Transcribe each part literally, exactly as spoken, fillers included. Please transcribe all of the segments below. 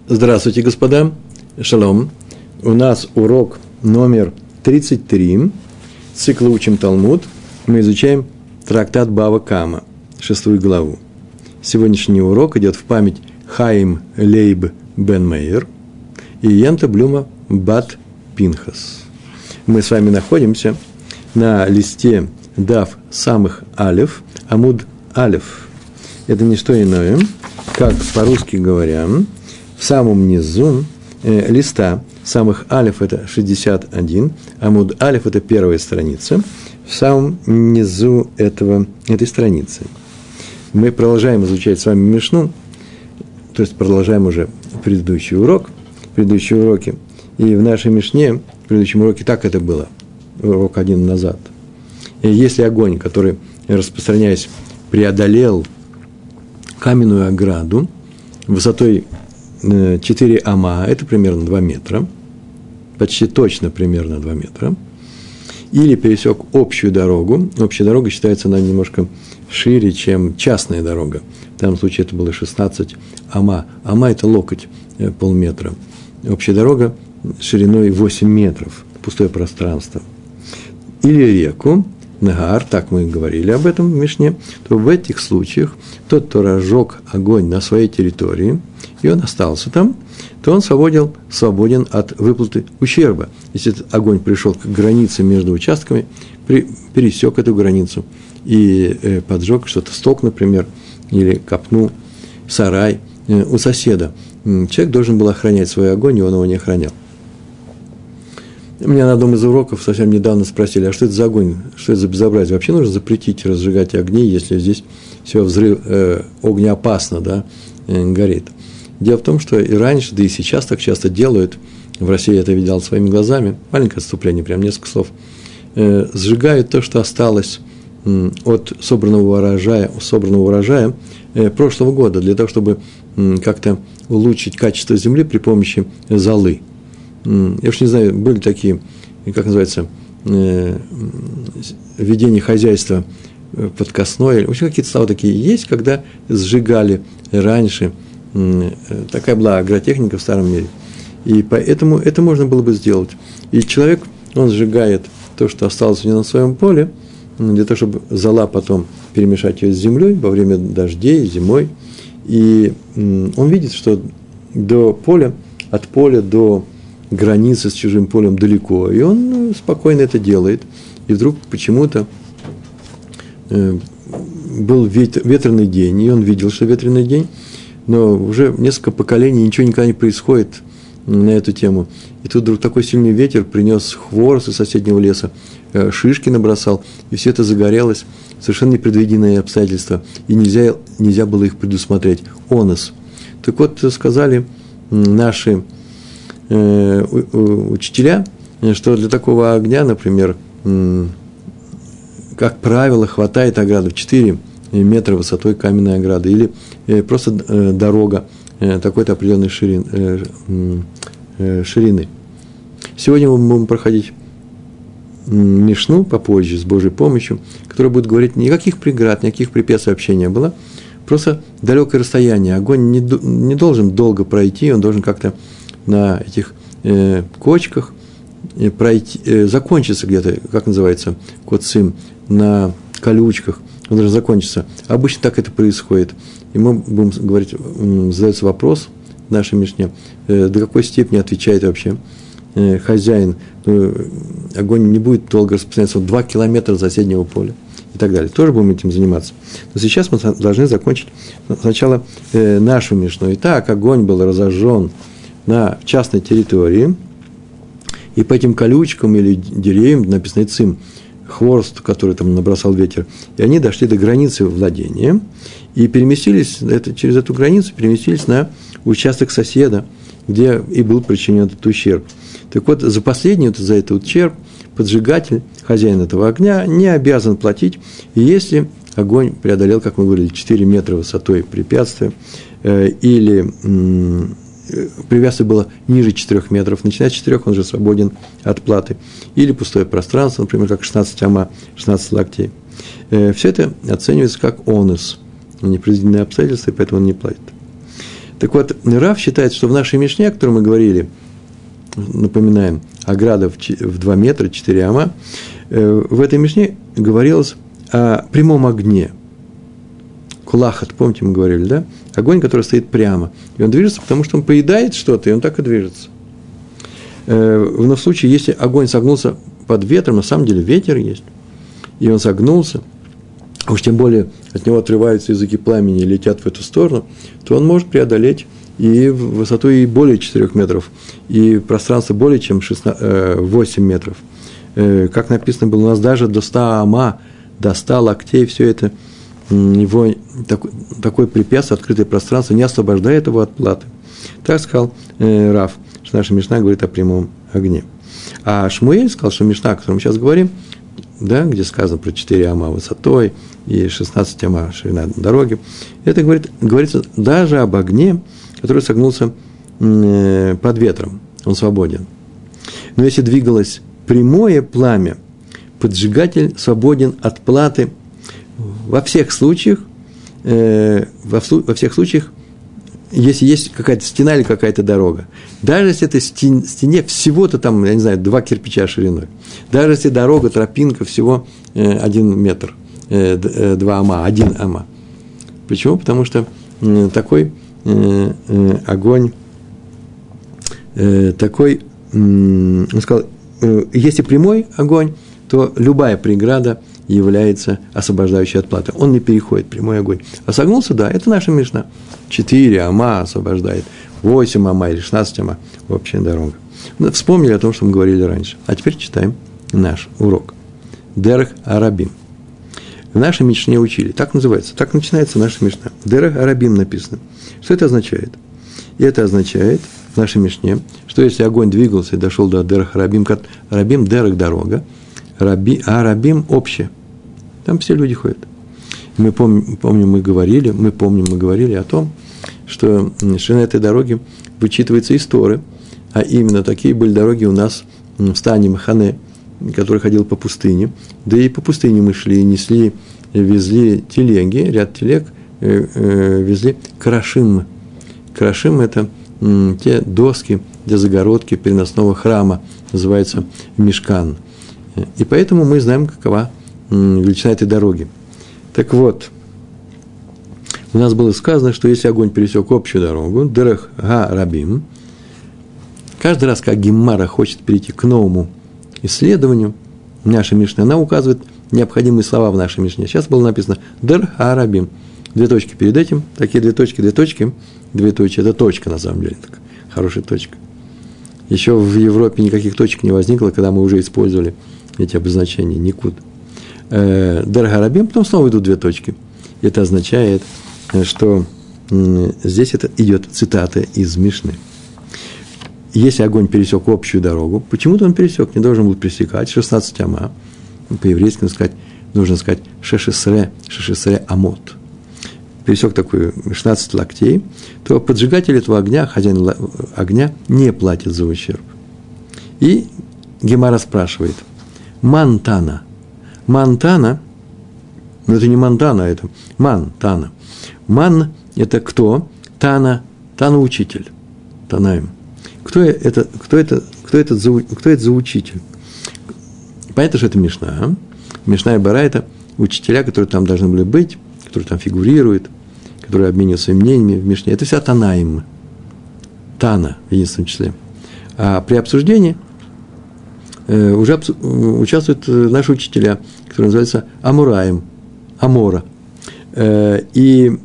Здравствуйте, господа. Шалом. У нас урок номер тридцать три. Цикл «Учим Талмуд». Мы изучаем трактат Бава Кама, шестую главу. Сегодняшний урок идет в память Хаим Лейб бен Мейер и Янта Блюма бат Пинхас. Мы с вами находимся на листе Дав Самых Алеф, Амуд Алеф. Это не что иное, как по-русски говоря, в самом низу э, листа Самых Алеф это шестьдесят один, Амуд Алеф это первая страница, в самом низу этого, этой страницы. Мы продолжаем изучать с вами Мишну, то есть продолжаем уже предыдущий урок, предыдущие уроки, и в нашей Мишне, в предыдущем уроке так это было, урок один назад. И если огонь, который, распространяясь, преодолел каменную ограду высотой четыре ама, это примерно два метра, почти точно примерно два метра, или пересек общую дорогу. Общая дорога считается, она немножко шире, чем частная дорога. В данном случае это было шестнадцать ама. Ама – это локоть, полметра. Общая дорога шириной восемь метров, пустое пространство. Или реку, Нагар, так мы говорили об этом в Мишне, то в этих случаях тот, кто разжег огонь на своей территории, и он остался там, то он свободен, свободен от выплаты ущерба. Если этот огонь пришел к границе между участками, при, пересек эту границу и э, поджег что-то, сток, например, или копнул сарай э, у соседа, человек должен был охранять свой огонь, и он его не охранял. Меня на одном из уроков совсем недавно спросили, а что это за огонь, что это за безобразие? Вообще нужно запретить разжигать огни, если здесь все взрыв, э, огнеопасно, да, э, горит. Дело в том, что и раньше, да и сейчас так часто делают, в России я это видел своими глазами, маленькое отступление, прям несколько слов, э, сжигают то, что осталось э, от собранного урожая, собранного урожая э, прошлого года, для того, чтобы э, как-то улучшить качество земли при помощи золы. Я уж не знаю, были такие, как называется, э, ведение хозяйства подкосное, в общем, какие-то слова такие есть, когда сжигали раньше, э, такая была агротехника в старом мире, и поэтому это можно было бы сделать. И человек, он сжигает то, что осталось у него на своем поле, для того, чтобы зола потом перемешать ее с землей во время дождей, зимой, и э, он видит, что до поля, от поля до границы с чужим полем далеко, и он ну, спокойно это делает, и вдруг почему-то э, был ветер, ветреный день, и он видел, что ветреный день, но уже несколько поколений ничего никогда не происходит на эту тему, и тут вдруг такой сильный ветер принес хворост из соседнего леса, э, шишки набросал, и все это загорелось, совершенно непредвиденные обстоятельства, и нельзя, нельзя было их предусмотреть, онос. Так вот, сказали наши учителя, что для такого огня, например, как правило, хватает ограды в четыре метра высотой каменной ограды или просто дорога такой-то определенной ширины. Сегодня мы будем проходить Мишну попозже с Божьей помощью, которая будет говорить, никаких преград, никаких препятствий вообще не было, просто далекое расстояние. Огонь не, не должен долго пройти, он должен как-то на этих э, кочках э, пройти, э, закончиться где-то, как называется, коцим, на колючках, он должен закончиться. Обычно так это происходит. И мы будем говорить, э, задается вопрос в нашей Мишне, э, до какой степени отвечает вообще э, хозяин, э, огонь не будет долго распространяться, два километра соседнего поля и так далее. Тоже будем этим заниматься. Но сейчас мы должны закончить сначала э, нашу Мишну. Итак, огонь был разожжен на частной территории, и по этим колючкам или деревьям, написано «цим», хворост, который там набросал ветер, и они дошли до границы владения, и переместились, это, через эту границу переместились на участок соседа, где и был причинен этот ущерб. Так вот, за последний, вот за этот ущерб, поджигатель, хозяин этого огня, не обязан платить, и если огонь преодолел, как мы говорили, четыре метра высотой препятствия, э, или м- препятствие было ниже четырёх метров, начиная с четырёх он же свободен от платы. Или пустое пространство, например, как шестнадцать ама, шестнадцать локтей. Все это оценивается как онус, непредвиденные обстоятельства, и поэтому он не платит. Так вот, Рав считает, что в нашей Мишне, о которой мы говорили, напоминаем, ограда в два метра, четыре ама, в этой Мишне говорилось о прямом огне. Кулахат, помните, мы говорили, да? Огонь, который стоит прямо. И он движется, потому что он поедает что-то, и он так и движется. Но в случае, если огонь согнулся под ветром, на самом деле ветер есть, и он согнулся, уж тем более от него отрываются языки пламени и летят в эту сторону, то он может преодолеть и высоту и более четырёх метров, и пространство более чем шестнадцать, восемь метров. Как написано было у нас, даже до ста ама, до ста локтей, все это, его такой, такой препятствие, открытое пространство не освобождает его от платы. Так сказал э, Рав, что наша Мишна говорит о прямом огне. А Шмуэль сказал, что Мишна, о которой мы сейчас говорим, да, где сказано про четыре ама высотой и шестнадцать ама ширина дороги, это говорит, говорится даже об огне, который согнулся э, под ветром, он свободен. Но если двигалось прямое пламя, поджигатель свободен от платы во всех случаях, э, во, во всех случаях, если есть какая-то стена или какая-то дорога. Даже если это стен, стене всего-то там, я не знаю, два кирпича шириной. Даже если дорога, тропинка всего э, один метр, э, э, два ама, один ама. Почему? Потому что э, такой э, э, огонь, э, такой, э, он сказал, э, если прямой огонь, то любая преграда является освобождающей от платы. Он не переходит, прямой огонь. А согнулся, да, это наша Мишна. Четыре ама освобождает, восемь ама или шестнадцать ама – общая дорога. Вспомнили о том, что мы говорили раньше. А теперь читаем наш урок. Дерех Арабим. В нашей Мишне учили. Так называется, так начинается наша Мишна. Дерех Арабим написано. Что это означает? И это означает в нашей Мишне, что если огонь двигался и дошел до Дерех Арабим, как Арабим – Дерех – дорога, Раби, а Арабим – общее. Там все люди ходят. Мы помним, помним, мы говорили, мы помним, мы говорили о том, что ширина этой дороги вычитывается из Торы, а именно такие были дороги у нас в стане Махане, который ходил по пустыне. Да и по пустыне мы шли, несли, везли телеги, ряд телег, э, э, везли крашим. Крашим – это э, те доски для загородки переносного храма, называется мишкан. И поэтому мы знаем, какова величина этой дороги. Так вот, у нас было сказано, что если огонь пересек общую дорогу, Дерех Га-Рабим, каждый раз, как Гемара хочет перейти к новому исследованию, наша Мишна, она указывает необходимые слова в нашей Мишне. Сейчас было написано Дерех Га-Рабим. Две точки перед этим, такие две точки, две точки, две точки, это точка на самом деле, так, хорошая точка. Еще в Европе никаких точек не возникло, когда мы уже использовали эти обозначения, никуда. Дерех Га-Рабим, потом снова идут две точки. Это означает, что здесь это идет цитата из Мишны. Если огонь пересек общую дорогу, почему-то он пересек, не должен был пересекать шестнадцать ама, по-еврейски нужно сказать, нужно сказать шешесре, шешесре амот. Пересек такую шестнадцать локтей, то поджигатель этого огня, хозяин огня, не платит за ущерб. И Гемара спрашивает, Мантана. Мантана, но это не Мантана, это Мантана. Ман – это кто? Тана, Тана – учитель. Танаим. Кто это, кто это, кто это, за, кто это за учитель? Понятно, что это Мишна. Мишна и Бара – это учителя, которые там должны были быть, которые там фигурируют, которые обмениваются мнениями в Мишне. Это вся Танаим. Тана в единственном числе. А при обсуждении уже участвуют наши учителя, которые называются Амураем, Амора. И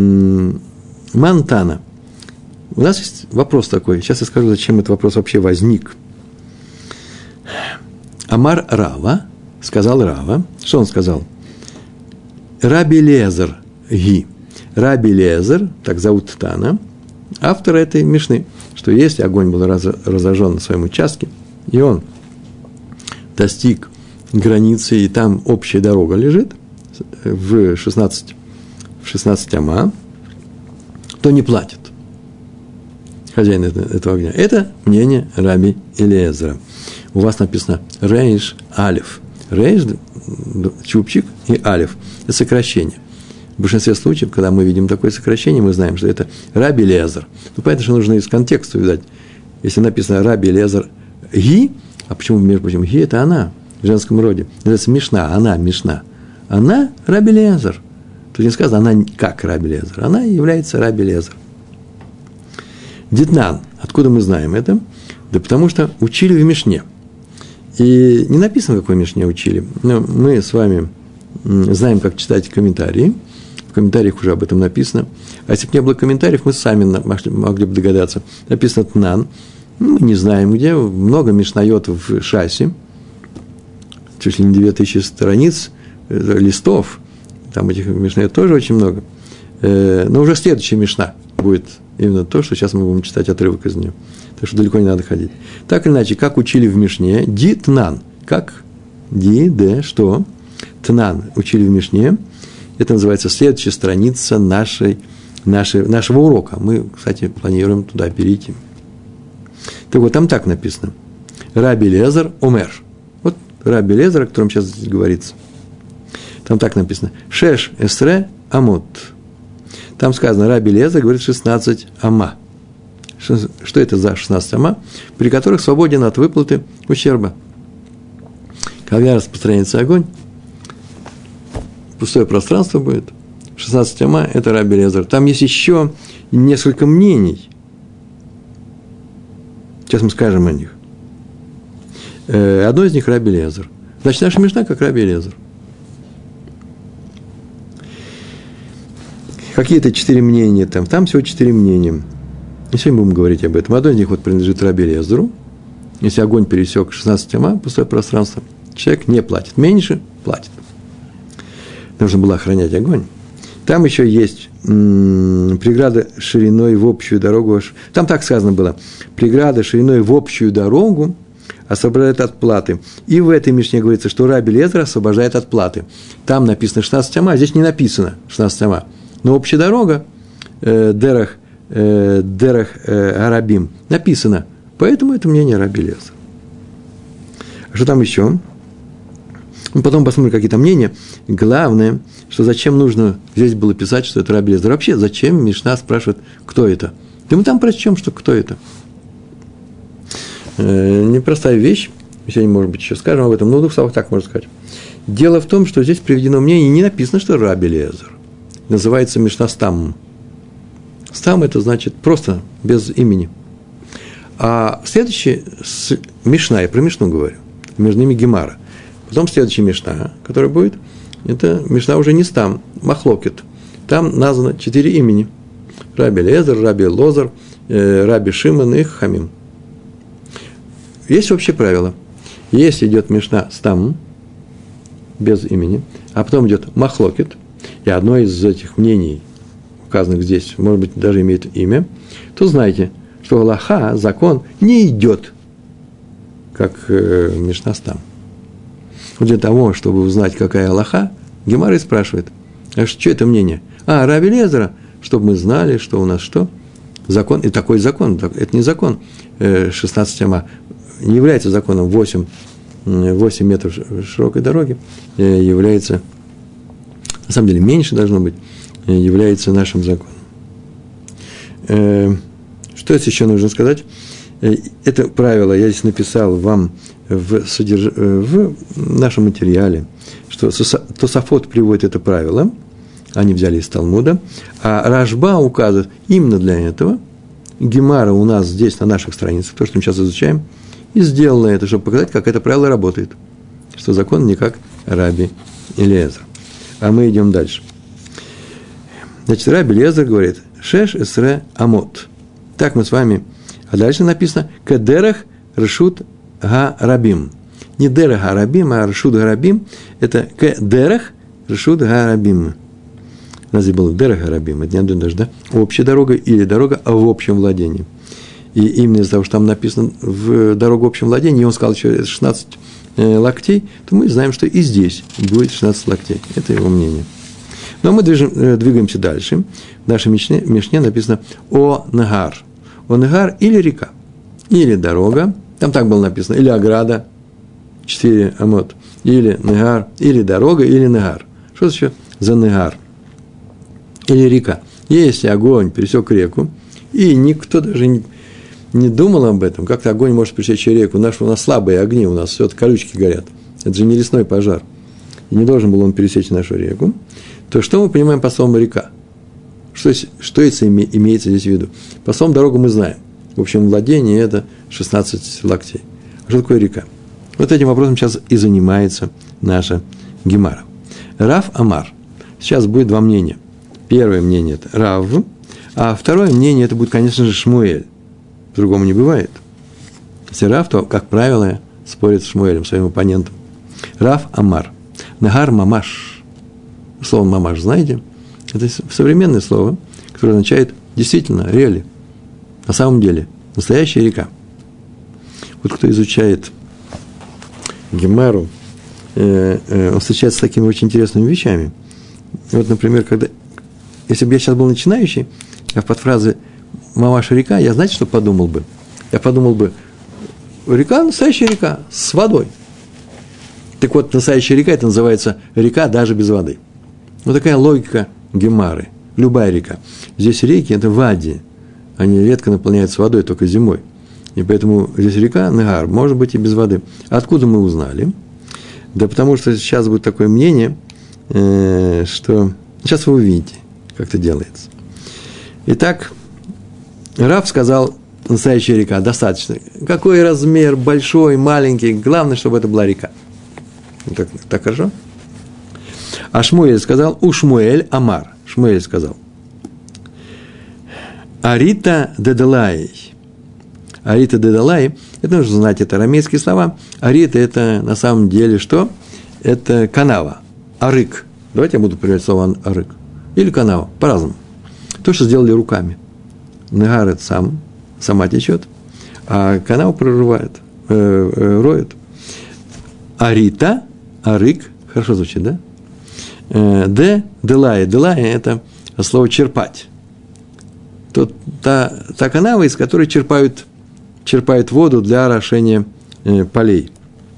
Мантана. У нас есть вопрос такой. Сейчас я скажу, зачем этот вопрос вообще возник. Амар Рава, сказал Рава. Что он сказал? Раби Лезер Ги. Раби Лезер, так зовут Тана, автор этой Мишны, что если огонь был разожжен на своем участке, и он достиг границы, и там общая дорога лежит в шестнадцать, в шестнадцать ама, то не платит хозяин этого огня. Это мнение Раби Элиэзера. У вас написано Рейш Алиф. Рейш, чупчик, и Алиф. Это сокращение. В большинстве случаев, когда мы видим такое сокращение, мы знаем, что это Раби Элиэзер. Ну, понятно, что нужно из контекста увидать. Если написано Раби Элиэзер Ги, а почему, между прочим, Ги – это она, в женском роде. Называется Мишна, она, Мишна. Она Раби Элиэзер. Тут не сказано, она как Раби Элиэзер. Она является Раби Элиэзер. Дитнан. Откуда мы знаем это? Да потому что учили в Мишне. И не написано, в какой Мишне учили. Но мы с вами знаем, как читать комментарии. В комментариях уже об этом написано. А если бы не было комментариев, мы сами могли, могли бы догадаться. Написано Тнан. Мы не знаем, где. Много мишнайот в Шасе. Чуть ли не две тысячи страниц, листов. Там этих мишнайот тоже очень много. Но уже следующая мишна будет именно то, что сейчас мы будем читать отрывок из нее. Так что далеко не надо ходить. Так или иначе, как учили в Мишне, ди тнан. Как? Ди, де, что? Тнан учили в Мишне. Это называется следующая страница нашей, нашей, нашего урока. Мы, кстати, планируем туда перейти. Так вот, там так написано. Раби Элиэзер омер. Вот Раби Элиэзер, о котором сейчас здесь говорится. Там так написано. Шеш эсре амот. Там сказано, Раби Элиэзер говорит шестнадцать ама. Что это за шестнадцать ама? При которых свободен от выплаты ущерба. Когда распространяется огонь, пустое пространство будет. шестнадцать ама – это Раби Элиэзер. Там есть еще несколько мнений. Сейчас мы скажем о них. Одно из них – Раби Элиэзер. Значит, наша мишна как Раби Элиэзер. Какие-то четыре мнения там. Там всего четыре мнения. И сегодня будем говорить об этом. Одно из них вот принадлежит Раби Элиэзеру. Если огонь пересек шестнадцать ама, пустое пространство, человек не платит. Меньше платит. Нужно было охранять огонь. Там еще есть м- преграда шириной в общую дорогу. Там так сказано было. Преграда шириной в общую дорогу освобождает от платы. И в этой мишне говорится, что Раби Элиэзер освобождает от платы. Там написано шестнадцать ама, а здесь не написано шестнадцать ама. Но общая дорога, э, Дерах, э, Дерах э, Арабим, написано. Поэтому это мнение Раби Элиэзера. А что там еще? Мы потом посмотрим, какие там мнения. Главное, что зачем нужно здесь было писать, что это Раби Элиэзер. Вообще, зачем Мишна спрашивает, кто это? Да мы там прочтем, что кто это. Э, непростая вещь. Сегодня, может быть, еще скажем об этом, но в двух словах так можно сказать. Дело в том, что здесь приведено мнение, не написано, что Раби Элиэзер. Называется Мишна Стам. Стам – это значит просто, без имени. А следующий Мишна, я про Мишну говорю, между ними Гемара. Потом следующая Мишна, которая будет, это Мишна уже не Стам, Махлокет. Там названо четыре имени. Раби Элиэзер, Раби Лозар, э, Раби Шимон и Хамим. Есть общее правило. Если идет Мишна Стам, без имени, а потом идет Махлокет, и одно из этих мнений, указанных здесь, может быть, даже имеет имя, то знайте, что галаха, закон, не идет, как э, Мишна Стам. Вот для того, чтобы узнать, какая галаха, Гемара и спрашивает, а что это мнение? А, Раби Элиэзера, чтобы мы знали, что у нас что? Закон, и такой закон, это не закон, э, шестнадцать ама, не является законом восемь, восемь метров широкой дороги, э, является... На самом деле, меньше должно быть, является нашим законом. Что здесь еще нужно сказать? Это правило я здесь написал вам в, содерж... в нашем материале, что Тосафот приводит это правило, они взяли из Талмуда, а Рашба указывает именно для этого. Гемара у нас здесь, на наших страницах, то, что мы сейчас изучаем, и сделала это, чтобы показать, как это правило работает, что закон не как Раби Элиэзер. А мы идем дальше. Значит, Раби Элиэзер говорит, шеш эсре амот. Так мы с вами. А дальше написано, кедерах решут га-рабим. Не дерах га-рабим, а решут га-рабим. Это кедерах решут га-рабим. У нас здесь было дерах га-рабим. Это не одно даже, да? Общая дорога или дорога в общем владении. И именно из-за того, что там написано в дорогу в общем владении, и он сказал еще шестнадцать локтей, то мы знаем, что и здесь будет шестнадцать локтей. Это его мнение. Но мы движем, двигаемся дальше. В нашей Мишне, Мишне написано «О-Нагар». «О-Нагар» или река, или дорога. Там так было написано. Или ограда, четыре амот. Или Нагар, или дорога, или Нагар. Что это еще за Нагар? или река. Если огонь пересек реку, и никто даже не, не думал об этом, как-то огонь может пересечь реку, у нас, у нас слабые огни, у нас все-таки колючки горят. Это же не лесной пожар. И не должен был он пересечь нашу реку. То что мы понимаем по словам река? Что, что это имеется здесь в виду? По словам дорогу мы знаем. В общем, владение – это шестнадцать локтей. А что такое река? Вот этим вопросом сейчас и занимается наша Гемара. Рав Амар. Сейчас будет два мнения. Первое мнение – это Рав, а второе мнение – это будет, конечно же, Шмуэль. По-другому не бывает. Если Рав, то, как правило, спорит с Шмуэлем, своим оппонентом. Рав Амар. Нагар Мамаш. Слово Мамаш, знаете? Это современное слово, которое означает действительно, реали. На самом деле, настоящая река. Вот кто изучает Гемару, э, э, он встречается с такими очень интересными вещами. Вот, например, когда, если бы я сейчас был начинающий, я под фразой «Мамаша река», я, знаете, что подумал бы? Я подумал бы, река – настоящая река, с водой. Так вот, настоящая река – это называется река даже без воды. Вот такая логика Гемары. Любая река. Здесь реки – это вади. Они редко наполняются водой, только зимой. И поэтому здесь река Нагар, может быть, и без воды. Откуда мы узнали? Да потому что сейчас будет такое мнение, что... Сейчас вы увидите, как это делается. Итак, Рав сказал, настоящая река, достаточно. Какой размер, большой, маленький, главное, чтобы это была река. Так, так хорошо? А Шмуэль сказал, у Шмуэль Амар. Шмуэль сказал, Арита Деделай. Арита Деделай, это нужно знать, это арамейские слова. Арита – это на самом деле что? Это канава, арык. Давайте я буду приводить слово арык. Или канава, по-разному. То, что сделали руками. Нагар – это сам, сама течет, а канава прорывает, э, э, роет. Арита, арык, хорошо звучит, да? Э, де, делай, делай – это слово черпать. Тот, та, та канава, из которой черпают, черпают воду для орошения э, полей.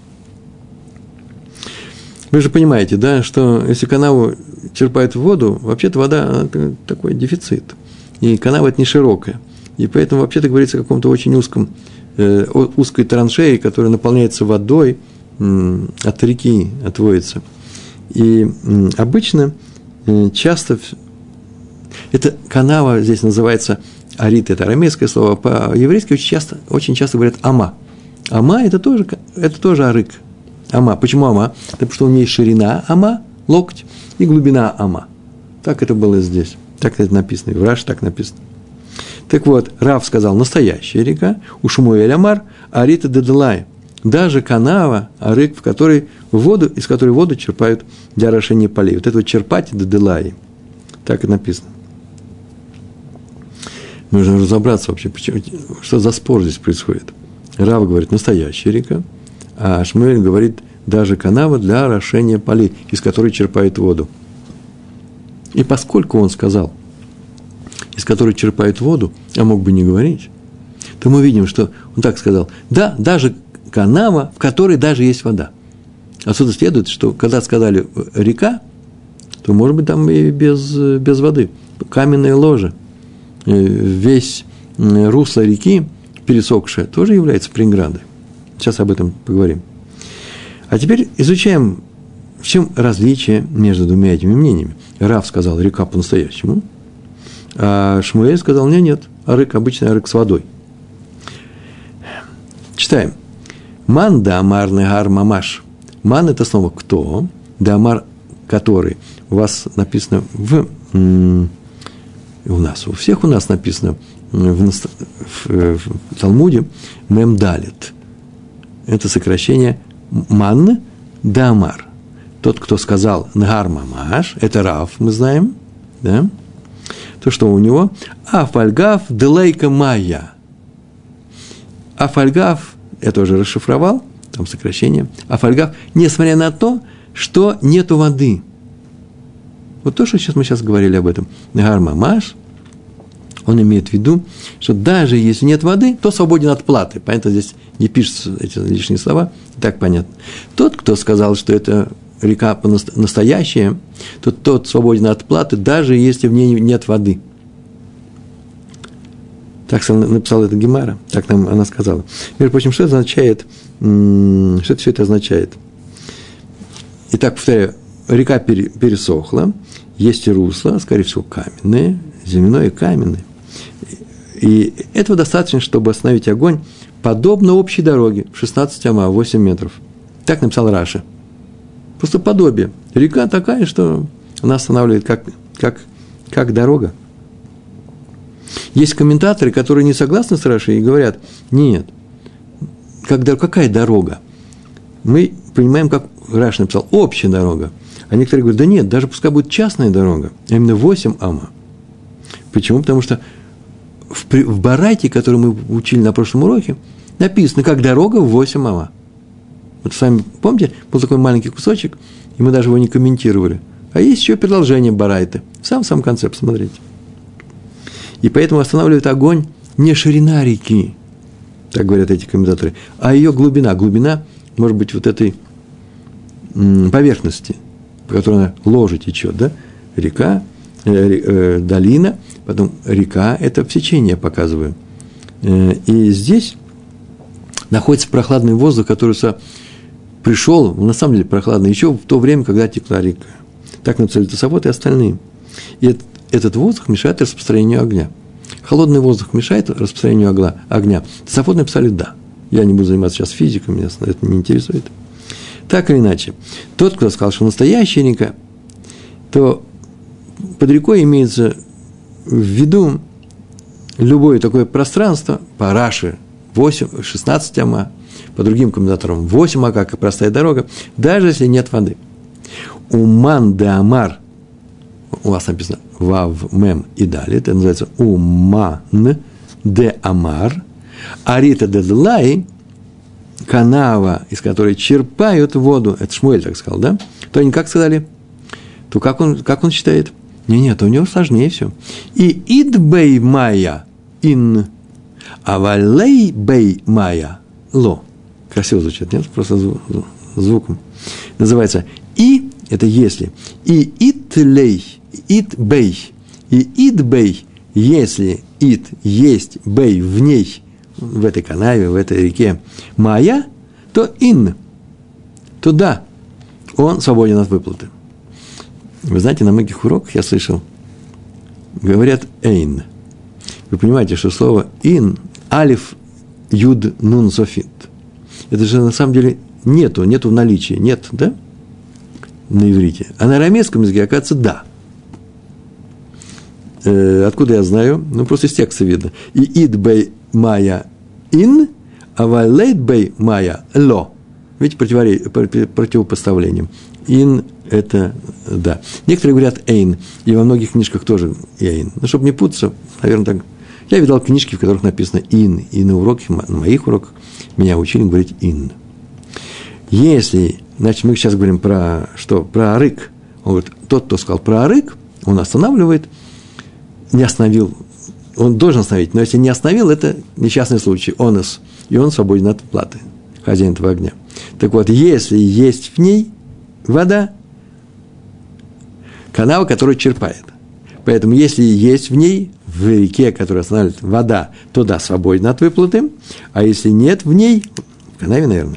Вы же понимаете, да, что если канаву черпают воду, вообще-то вода – это такой дефицит. И канава – это не широкая. И поэтому вообще-то говорится о каком-то очень узком, э, узкой траншеи, которая наполняется водой, э, от реки отводится. И э, обычно, э, часто… Эта канава здесь называется арит, это арамейское слово, по-еврейски очень часто, очень часто говорят ама. Ама – это тоже, это тоже арык. Ама. Почему ама? Потому что у нее есть ширина ама, локоть, и глубина ама. Так это было здесь. Так это написано. В Раши так написано. Так вот, Рав сказал, настоящая река, у Шмуэль Амар, арита деделай. Даже канава, арык, в которой воду, из которой воду черпают для орошения полей. Вот это вот черпать деделай. Так и написано. Нужно разобраться вообще, почему, что за спор здесь происходит. Рав говорит, настоящая река, а Шмуэль говорит, даже канава для орошения полей, из которой черпают воду. И поскольку он сказал, из которой черпают воду, а мог бы не говорить, то мы видим, что он так сказал, да, даже канава, в которой даже есть вода. Отсюда следует, что когда сказали река, то, может быть, там и без, без воды. Каменное ложе, весь русло реки, пересохшее, тоже является преградой. Сейчас об этом поговорим. А теперь изучаем, в чем различие между двумя этими мнениями. Рав сказал, река по-настоящему, а Шмуэль сказал, нет, нет, арык, обычный арык с водой. Читаем. Ман да амар негар мамаш. Ман – это снова кто? Да амар, который. У вас написано в… У нас, у всех у нас написано в, в, в Талмуде мемдалит. Это сокращение ман да амар. Тот, кто сказал нгар мамаш, это Рав, мы знаем, да? То, что у него афальгав делейка майя. Афальгав, я тоже расшифровал, там сокращение. Афальгав, несмотря на то, что нету воды. Вот то, что сейчас мы сейчас говорили об этом. Нгар мамаш, он имеет в виду, что даже если нет воды, то свободен от платы. Понятно, здесь не пишутся эти лишние слова, так понятно. Тот, кто сказал, что это река настоящая, то тот свободен от платы, даже если в ней нет воды. Так написала эта Гемара, так нам она сказала. Между прочим, что это означает? Что все это означает? Итак, повторяю, река пересохла, есть русло, скорее всего, каменное, земляное и каменное. И этого достаточно, чтобы остановить огонь, подобно общей дороге, шестнадцать ама, восемь метров. Так написал Раши. Просто подобие. Река такая, что она останавливает как, как, как дорога. Есть комментаторы, которые не согласны с Раши и говорят, нет, как, какая дорога? Мы понимаем, как Раши написал, общая дорога. А некоторые говорят, да нет, даже пускай будет частная дорога, а именно восемь ама. Почему? Потому что в, в Барайте, который мы учили на прошлом уроке, написано, как дорога в восемь ама. Вот сами помните, был такой маленький кусочек, и мы даже его не комментировали. А есть еще продолжение Барайты. В самом-самом конце, посмотрите. И поэтому останавливает огонь не ширина реки, так говорят эти комментаторы, а ее глубина. Глубина, может быть, вот этой м, поверхности, по которой она ложе течет, да? Река, э, э, долина, потом река, это в сечении я показываю. Э, и здесь находится прохладный воздух, который пришел, на самом деле прохладный, еще в то время, когда текла река. Так написали Тосафот и остальные. И этот, этот воздух мешает распространению огня. Холодный воздух мешает распространению огня. Тосафот написали «да». Я не буду заниматься сейчас физикой, меня это не интересует. Так или иначе, тот, кто сказал, что настоящая река, то под рекой имеется в виду любое такое пространство, по Раши восемь, шестнадцать ама, по другим комментаторам восемь ама, как и простая дорога, даже если нет воды. Уман де амар, у вас написано вав, мем и далее, это называется уман де амар, арита де длай, канава, из которой черпают воду, это Шмуэль так сказал, да? То они как сказали? То как он, как он считает? Не-нет, у него сложнее все. И идбей майя ин, авалей бей майя ло. Красиво звучит, нет? Просто звуком. Называется и, это если, и итлей, итбей, и идбей, если ит есть бей в ней, в этой канаве, в этой реке майя, то ин, то да, он свободен от выплаты. Вы знаете, на многих уроках я слышал, говорят эйн. Вы понимаете, что слово ин, алиф, юд, нун, софит. Это же на самом деле нету, нету в наличии, нет, да? На иврите. А на арамейском языке, оказывается, да. Э, откуда я знаю? Ну, просто из текста видно. И ид бей майя ин, а валейт бей майя ло. Видите, противопоставлением. Ин – это да. Некоторые говорят эйн, и во многих книжках тоже эйн. Но чтобы не путаться, наверное, так. Я видал книжки, в которых написано ин, и на уроках, на моих уроках меня учили говорить ин. Если, значит, мы сейчас говорим про что? Про арык. Он говорит, тот, кто сказал про арык, он останавливает, не остановил, он должен остановить, но если не остановил, это несчастный случай, онос, и он свободен от платы, хозяин этого огня. Так вот, если есть в ней вода, канава, которая черпает. Поэтому, если есть в ней, в реке, которая останавливает вода, то да, свободен от выплаты, а если нет в ней, в канаве, наверное,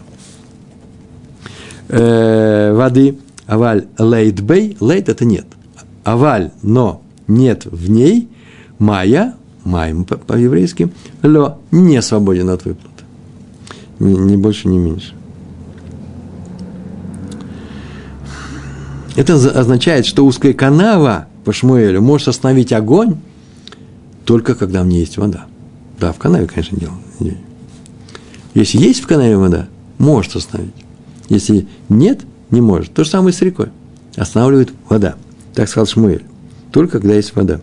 э, воды, аваль лейт бей, лейт – это нет, аваль, но нет в ней, майя, майм по-еврейски, ло, не свободен от выплаты. Ни, ни больше, ни меньше. Это означает, что узкая канава по Шмуэлю может остановить огонь только когда в ней есть вода. Да, в канаве, конечно, дело. Если есть в канаве вода, может остановить. Если нет, не может. То же самое с рекой. Останавливает вода. Так сказал Шмуэль. Только когда есть вода.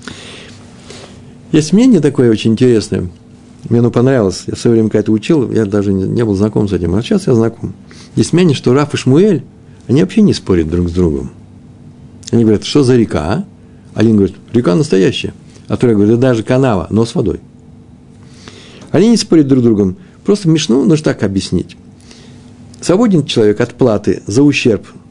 Есть мнение такое очень интересное. Мне оно понравилось. Я в свое время когда-то учил, я даже не, не был знаком с этим. А сейчас я знаком. Есть мнение, что Раф и Шмуэль, они вообще не спорят друг с другом. Они говорят, что за река? А? Один говорит, река настоящая. А второй говорит, да даже канава, но с водой. Они не спорят друг с другом. Просто Мишну нужно так объяснить. Свободен человек от платы за ущерб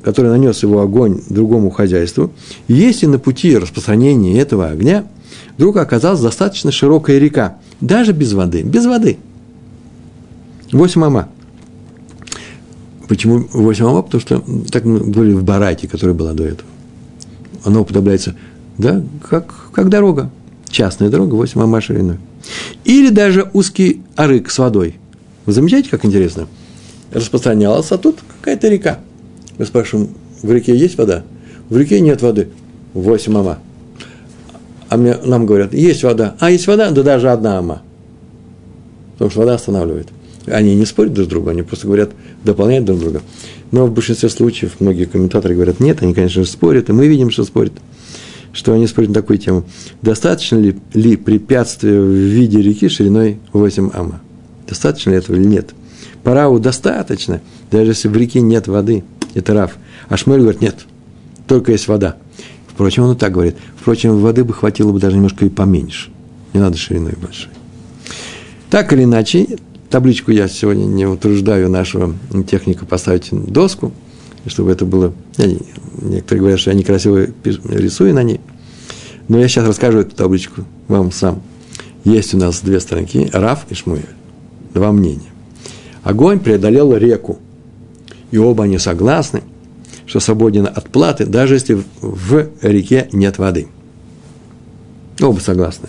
который нанес его огонь другому хозяйству, если на пути распространения этого огня вдруг оказалась достаточно широкая река, даже без воды, без воды. Восемь ама. Почему восемь ама? Потому что так мы были в Барайте, которая была до этого. Оно уподобляется, да, как, как дорога. Частная дорога, восемь ама шириной. Или даже узкий арык с водой. Вы замечаете, как интересно? Распространялась, а тут какая-то река. Мы спрашиваем, в реке есть вода? В реке нет воды. восемь ама. А мне, нам говорят, есть вода. А, есть вода? Да даже одна ама. Потому что вода останавливает. Они не спорят друг с другом, они просто говорят, дополняют друг друга. Но в большинстве случаев многие комментаторы говорят, нет, они, конечно же, спорят, и мы видим, что спорят, что они спорят на такую тему. Достаточно ли, ли препятствия в виде реки шириной восемь ама? Достаточно ли этого или нет? По Раву достаточно, даже если в реке нет воды. Это Рав. А Шмуэль говорит, нет, только есть вода. Впрочем, он и так говорит. Впрочем, воды бы хватило бы даже немножко и поменьше. Не надо шириной большой. Так или иначе, табличку я сегодня не утруждаю нашего техника поставить на доску, чтобы это было... Некоторые говорят, что я некрасиво рисую на ней. Но я сейчас расскажу эту табличку вам сам. Есть у нас две строки, Рав и Шмуэль. Два мнения. Огонь преодолел реку. И оба они согласны, что свободен от платы, даже если в реке нет воды. Оба согласны.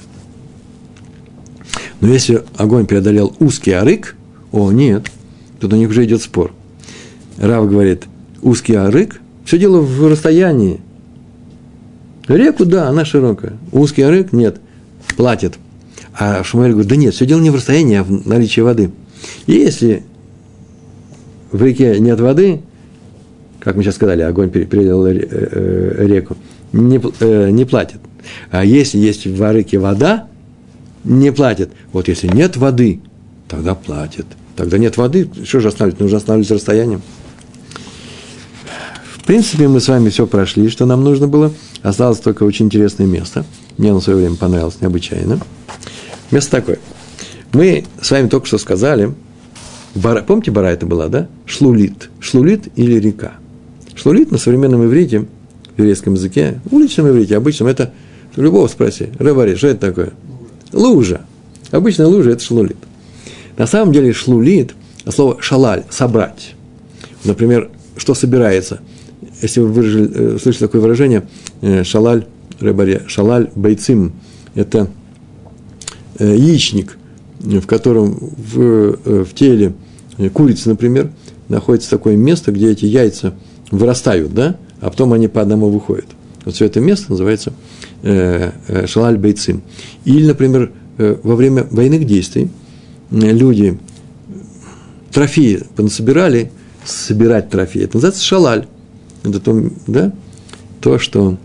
Но если огонь преодолел узкий арык, о, нет, тут у них уже идет спор. Рав говорит, узкий арык, все дело в расстоянии. Реку, да, она широкая. Узкий арык, нет, платит. А Шмуэль говорит, да нет, все дело не в расстоянии, а в наличии воды. И если в реке нет воды, как мы сейчас сказали, огонь преодолел реку, не, не платит. А если есть в арыке вода, не платит. Вот если нет воды, тогда платит. Тогда нет воды, что же останавливать? Нужно останавливать расстоянием. В принципе, мы с вами все прошли, что нам нужно было. Осталось только очень интересное место. Мне оно в свое время понравилось необычайно. Место такое. Мы с вами только что сказали, Бара, помните, Бара это была, да? Шлулит. Шлулит или река. Шлулит на современном иврите, в еврейском языке, в уличном иврите, обычном, это, любого спроси, Рабари, что это такое? Лужа. Обычная лужа – это шлулит. На самом деле шлулит, а слово шалаль – собрать. Например, что собирается? Если вы выражили, слышали такое выражение, шалаль, Рабари, шалаль бейцим – это яичник, в котором в, в теле курицы, например, находится такое место, где эти яйца вырастают, да, а потом они по одному выходят. Вот все это место называется э, э, шалаль бейцим. Или, например, э, во время военных действий э, люди трофеи понасобирали, собирать трофеи, это называется шалаль. Это то, да, то, что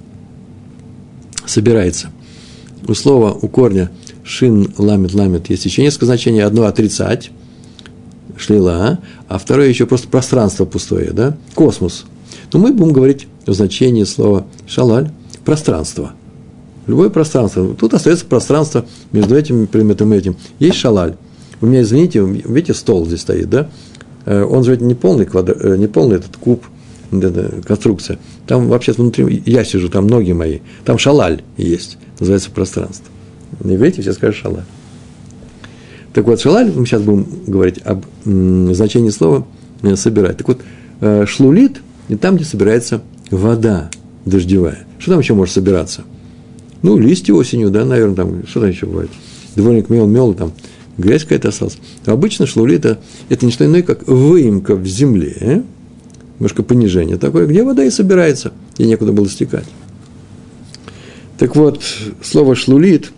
собирается. У слова, у корня шин, ламет, ламет есть еще несколько значений. Одно отрицать, шлила, а второе еще просто пространство пустое, да, космос. Но мы будем говорить о значении слова шалаль – пространство. Любое пространство. Тут остается пространство между этим предметом и этим. Есть шалаль. У меня, извините, видите, стол здесь стоит, да? Он же не полный, квадр... не полный этот куб, конструкция. Там вообще внутри, я сижу, там ноги мои. Там шалаль есть, называется пространство. Не видите, все скажут шалаль. Так вот, шалаль, мы сейчас будем говорить об м, значении слова «собирать». Так вот, э, шлулит – и там, где собирается вода дождевая. Что там еще может собираться? Ну, листья осенью, да, наверное, там, что там еще бывает? Дворник мел, мел, там, грязь какая-то осталась. Но обычно шлулит – это не что иное, как выемка в земле, э? Немножко понижение такое, где вода и собирается, и некуда было стекать. Так вот, слово «шлулит»,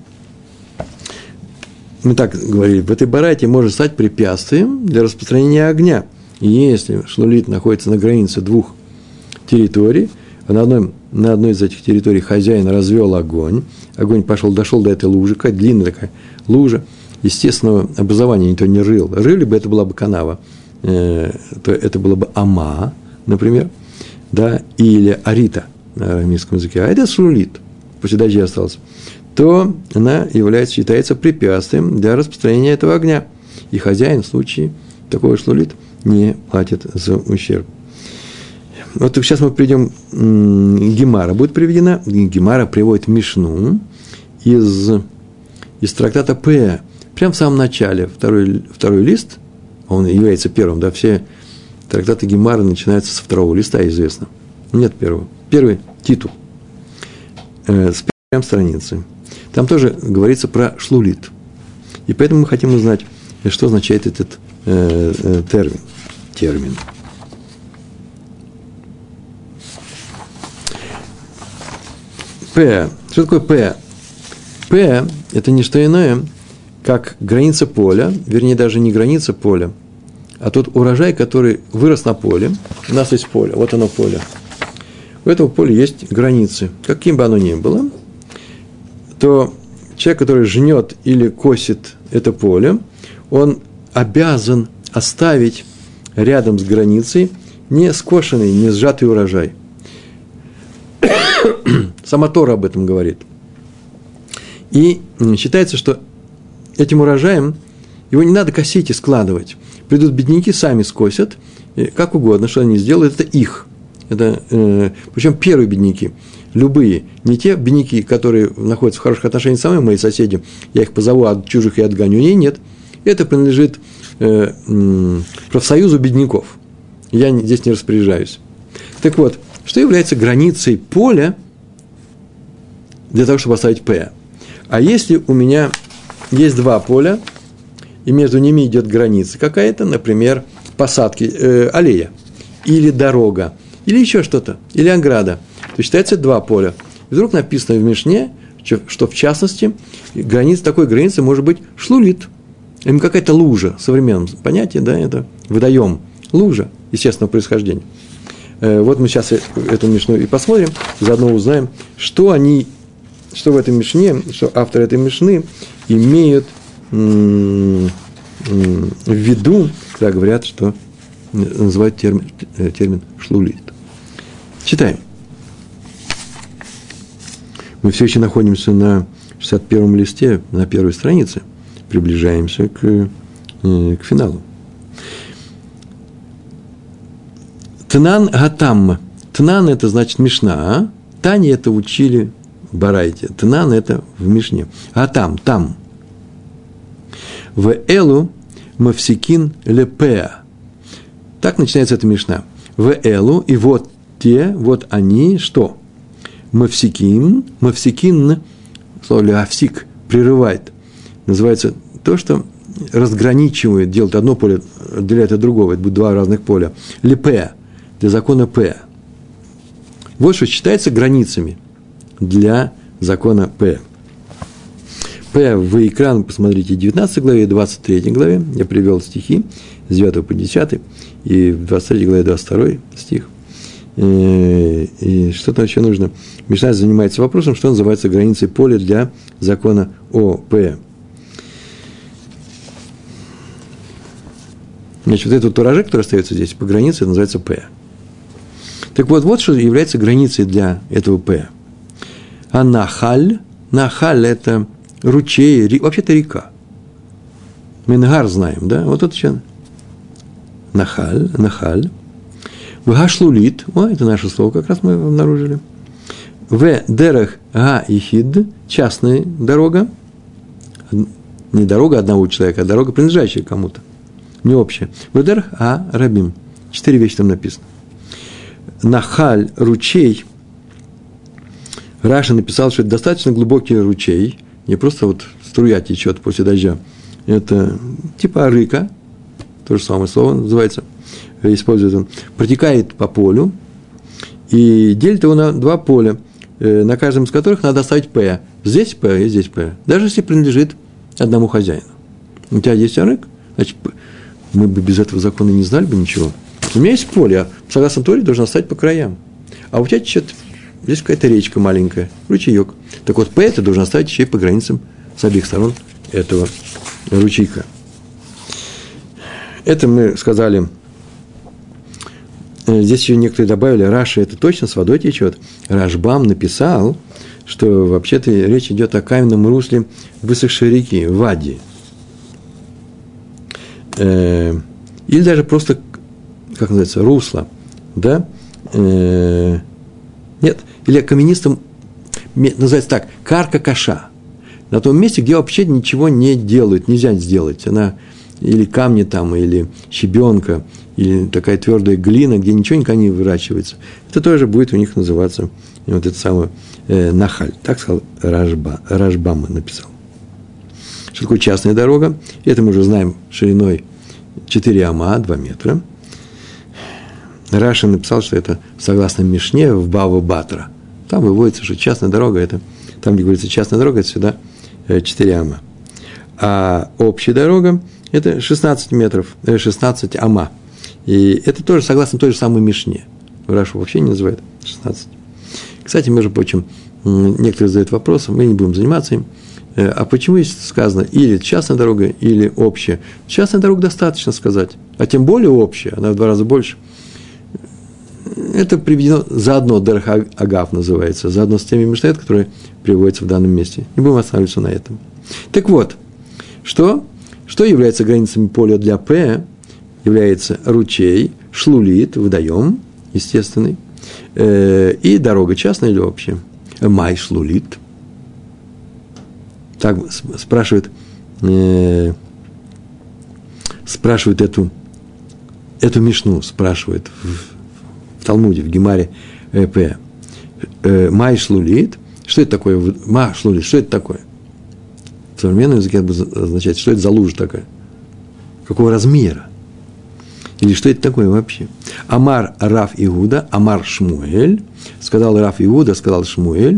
мы так говорили, в этой барайте может стать препятствием для распространения огня. И если шлулит находится на границе двух территорий, а на одной, на одной из этих территорий хозяин развел огонь, огонь пошел, дошел до этой лужи, какая длинная такая лужа, естественного образования никто не рыл. Рыли бы, это была бы канава, э, то это было бы ама, например, да, или арита на арамейском языке, а это шлулит, после дождя остался, то она является, считается препятствием для распространения этого огня. И хозяин в случае такого шлулит не платит за ущерб. Вот сейчас мы придем, Гемара будет приведена. Гемара приводит Мишну из, из трактата П. Прямо в самом начале, второй, второй лист, он является первым, да, все трактаты Гемары начинаются со второго листа, известно. Нет первого. Первый титул. Э, с первой страницы. Там тоже говорится про шлулит. И поэтому мы хотим узнать, что означает этот э, э, термин. термин. П. Что такое П? П – это не что иное, как граница поля, вернее, даже не граница поля, а тот урожай, который вырос на поле. У нас есть поле, вот оно поле. У этого поля есть границы. Каким бы оно ни было, то человек, который жнет или косит это поле, он обязан оставить рядом с границей не скошенный, не сжатый урожай. Сама Тора об этом говорит. И считается, что этим урожаем его не надо косить и складывать. Придут бедняки, сами скосят, как угодно, что они сделают, это их. Это, э, причем первые бедняки, любые, не те бедняки, которые находятся в хороших отношениях со мной, мои соседи, я их позову, от чужих я отгоню. Нет, нет. Это принадлежит э, э, профсоюзу бедняков. Я здесь не распоряжаюсь. Так вот, что является границей поля для того, чтобы оставить П? А если у меня есть два поля, и между ними идет граница какая-то, например, посадки, э, аллея, или дорога, или еще что-то, или ограда, то считается два поля. И вдруг написано в Мишне, что в частности граница, такой границы может быть шлулит, или какая-то лужа, в современном понятии, да, это водоем, лужа естественного происхождения. Э, вот мы сейчас эту Мишну и посмотрим, заодно узнаем, что они, что в этой Мишне, что авторы этой Мишны имеют м- м- в виду, когда говорят, что называют термин, термин шлулит. Читаем. Мы все еще находимся на шестьдесят первом листе, на первой странице. Приближаемся к, к финалу. Тнан гатам. Тнан – это значит Мишна. Тани – это учили в Барайте. Тнан – это в Мишне. Гатам – там. В элу мавсикин лепеа. Так начинается эта Мишна. В элу, и вот те, вот они, что? Мавсикин, мавсикин, слово леавсик, прерывает. Называется то, что разграничивает, делает одно поле, отделяет от другого. Это будет два разных поля. Лепе, для закона П. Вот что считается границами для закона П. П в экран, посмотрите, девятнадцатой главе и двадцать третьей главе. Я привел стихи с девятого по десятый, и в двадцать третьей главе двадцать второй стих. И, и что-то еще нужно. Мишна занимается вопросом, что называется границей поля для закона о П. Значит, вот этот урожай, который остается здесь, по границе, это называется П. Так вот, вот что является границей для этого П. А нахаль, нахаль – это ручей, ре, вообще-то река. Мингар знаем, да? Вот это еще нахаль, нахаль. Вгашлулит, о, это наше слово, как раз мы обнаружили. В дерах га и хид, частная дорога, не дорога одного человека, а дорога, принадлежащая кому-то, не общая. В дерах га рабим, четыре вещи там написано. Нахаль, ручей, Раша написал, что это достаточно глубокий ручей, не просто вот струя течет после дождя, это типа арыка, то же самое слово называется, использует он, протекает по полю и делит его на два поля, на каждом из которых надо оставить П. Здесь П и здесь П, даже если принадлежит одному хозяину. У тебя есть арык, значит, мы бы без этого закона не знали бы ничего. У меня есть поле, а согласно Торе должен оставить по краям. А у тебя течет, здесь какая-то речка маленькая, ручеек. Так вот, П ты должен оставить еще и по границам с обеих сторон этого ручейка. Это мы сказали. Здесь еще некоторые добавили, Раши это точно с водой течет. Рашбам написал, что вообще-то речь идет о каменном русле высохшей реки, Вади. Или даже просто, как называется, русло, да? э, нет, или каменистом, называется так, карка каша, на том месте, где вообще ничего не делают, нельзя сделать, она или камни там, или щебенка, или такая твердая глина, где ничего никогда не выращивается, это тоже будет у них называться вот это самое э, нахаль, так сказал Рашба, Рашбам написал. Что такое частная дорога? Это мы уже знаем шириной четыре ама, два метра. Раши написал, что это согласно Мишне в Бава Батра. Там выводится, что частная дорога, это, там, где говорится частная дорога, это сюда четыре ама. А общая дорога – это шестнадцать метров, шестнадцать ама. И это тоже согласно той же самой Мишне. Рашу вообще не называют шестнадцать. Кстати, между прочим, некоторые задают вопросы, мы не будем заниматься им. А почему здесь сказано или частная дорога, или общая? Частная дорога достаточно сказать, а тем более общая, она в два раза больше. Это приведено заодно, Дерах Агав называется, заодно с теми мишнет, которые приводятся в данном месте. Не будем останавливаться на этом. Так вот, что, что является границами поля для П? Является ручей, шлулит, водоем, естественный, э, и дорога частная или общая. Май шлулит. Так спрашивает, э, спрашивает эту, эту мишну, спрашивает в, в Талмуде, в Гемаре э, П. Э, Май шлулит. Что это такое? Ма шлулит. Что это такое? В современном языке это означает, что это за лужа такая? Какого размера? Или что это такое вообще? Амар Рав Иуда, Амар Шмуэль. Сказал Рав Иуда, сказал Шмуэль.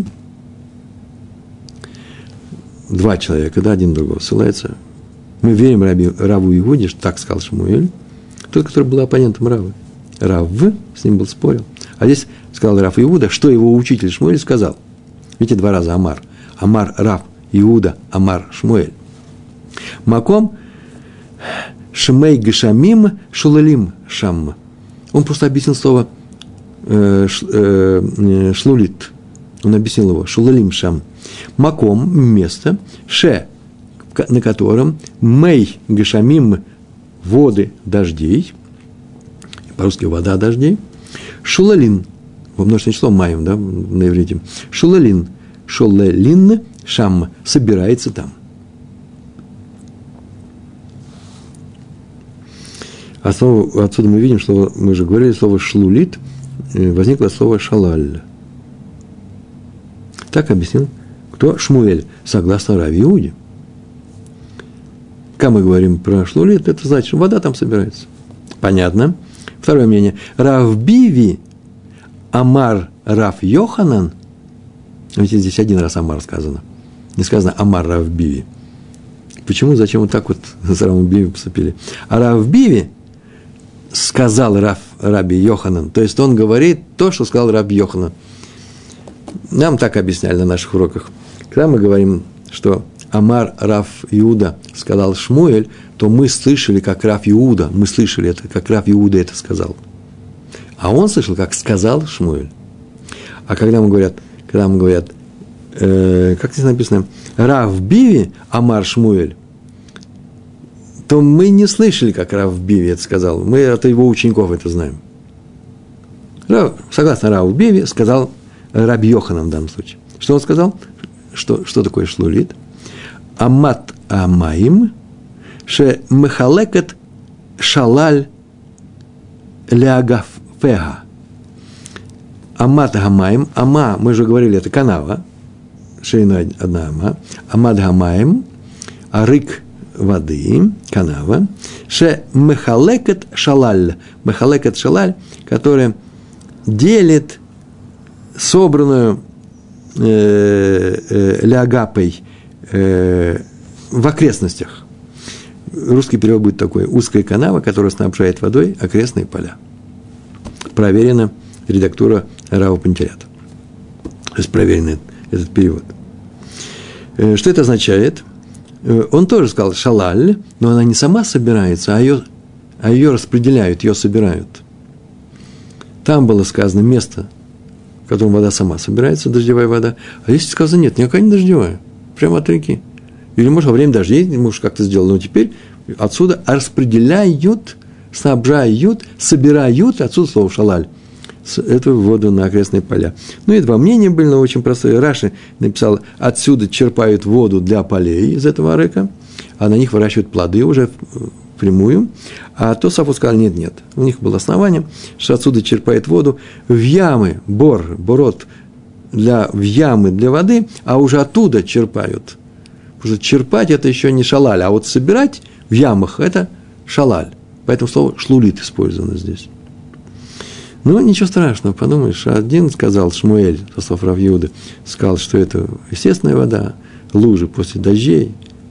Два человека, да, один другого ссылается. Мы верим Раби, Раву Иуде, что так сказал Шмуэль. Тот, который был оппонентом Равы. Рав с ним был спорил. А здесь сказал Рав Иуда, что его учитель Шмуэль сказал. Видите, два раза Амар. Амар Рав Иуда, Амар Шмуэль. Маком Шмей Гешамим Шулалим Шам. Он просто объяснил слово э, ш, э, шлулит. Он объяснил его. Шулалим Шам. Маком – место, ше, на котором мей гешамим – воды дождей, по-русски вода дождей, шулалин, во множественное число маем, да, на иврите, шулалин, шулалин, шам, собирается там. А слово, отсюда мы видим, что мы же говорили, слово шлулит, возникло слово шалаль. Так объяснил кто? Шмуэль, согласно Раве Иуде. Когда мы говорим про шлулит, это значит, что вода там собирается. Понятно. Второе мнение. Рав Биви, Амар Рав Йоханан. Видите, здесь один раз Амар сказано. Не сказано Амар Рав Биви. Почему, зачем вот так вот с Равом Биви поступили? А Рав Биви сказал Рав, Раби Йоханан. То есть, он говорит то, что сказал Раби Йоханан. Нам так объясняли на наших уроках. Когда мы говорим, что Амар Рав Иуда сказал Шмуэль, то мы слышали, как Рав Иуда, мы слышали это, как Рав Иуда это сказал. А он слышал, как сказал Шмуэль. А когда мы говорят, когда мы говорят, э, как здесь написано, Рав Биви Амар Шмуэль, то мы не слышали, как Рав Биви это сказал. Мы от его учеников это знаем. Рав, согласно Раву Биви, сказал Раби Йоханан в данном случае. Что он сказал? Что, что такое шлулит? Амат амаим ше мехалекет шалаль леагафега. Амат амаим, ама, мы же говорили, это канава, шириной одна ама. Амат амаим, арык воды, канава, ше мехалекет шалаль. Мехалекет шалаль, которая делит собранную э, э, лягапой э, в окрестностях. Русский перевод будет такой: узкая канава, которая снабжает водой окрестные поля. Проверена редактура Рава Пантелята. То есть проверен этот перевод. Э, что это означает? Э, он тоже сказал шалаль, но она не сама собирается, а ее, а ее распределяют, ее собирают. Там было сказано место, в котором вода сама собирается, дождевая вода. А здесь сказано, нет, никакая не дождевая, прямо от реки. Или, может, во время дождей, может, как-то сделал, но теперь отсюда распределяют, снабжают, собирают, отсюда слово шалаль, эту воду на окрестные поля. Ну и два мнения были, но очень простые. Раши написал, отсюда черпают воду для полей из этого арыка, а на них выращивают плоды уже впрямую. А Тосафот сказал, нет, нет. У них было основание, что отсюда черпает воду в ямы, бор, бород, для, в ямы для воды, а уже оттуда черпают. Потому что черпать – это еще не шалаль, а вот собирать в ямах – это шалаль. Поэтому слово шлулит использовано здесь. Ну, ничего страшного, подумаешь, один сказал, Шмуэль, со слов Рав Иуды, сказал, что это естественная вода, лужи после дождей,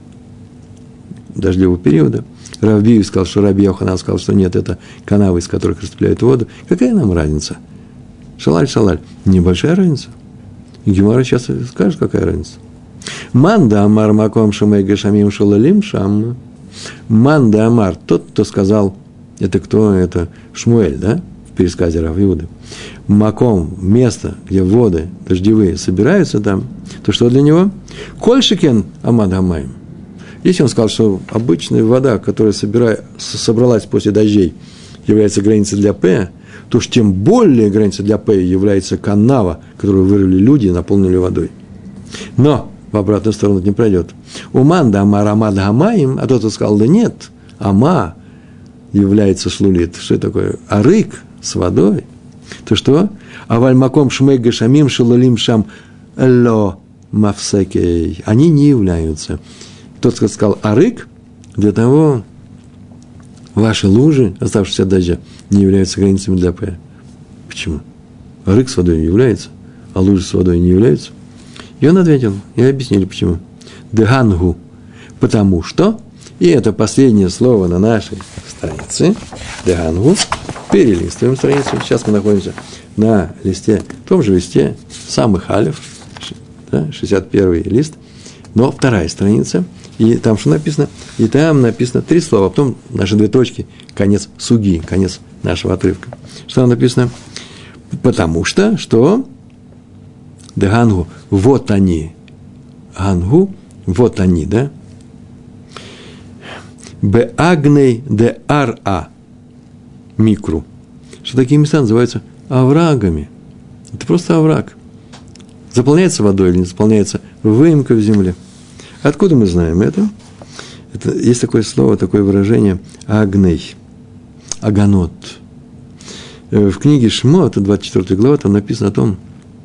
дождевого периода. Рав Биви сказал, что Раби Йоханан сказал, что нет, это канавы, из которых распределяют воду. Какая нам разница? Шалаль, шалаль. Небольшая разница. Гемара сейчас скажет, какая разница. Манда амар маком шамей гашамим шалалим шам. Манда амар, тот, кто сказал, это кто? Это Шмуэль, да? В пересказе Рав Иуды. Маком, место, где воды дождевые собираются там, то что для него? Кольшикен амад амаим. Если он сказал, что обычная вода, которая собира... собралась после дождей, является границей для П, то уж тем более границей для П является канава, которую вырыли люди и наполнили водой. Но в обратную сторону это не пройдет. Уманда амар амад амаим, а тот, кто сказал, да нет, ама является шлулит. Что это такое? Арык с водой. То что? Аваль маком шмей гашамим шалалим шам ло мавсекей. Они не являются. Тот, кто сказал арык, для того ваши лужи, оставшиеся от дождя, не являются границами для П. Почему? Арык с водой не является, а лужи с водой не являются. И он ответил, и объяснили, почему. Дегангу, потому что, и это последнее слово на нашей странице, дегангу, перелистываем страницу, сейчас мы находимся на листе, в том же листе, самых алиф, да, шестьдесят первый лист, но вторая страница, и там что написано? И там написано три слова, а потом наши две точки, конец суги, конец нашего отрывка. Что там написано? Потому что, что? Дегангу, вот они. Гангу, вот они, да? Беагней де ар-а микру. Что такие места называются оврагами. Это просто овраг. Заполняется водой или не заполняется выемка в земле. Откуда мы знаем это? это? Есть такое слово, такое выражение агней, аганот. В книге Шмот, двадцать четвёртая глава, там написано о том,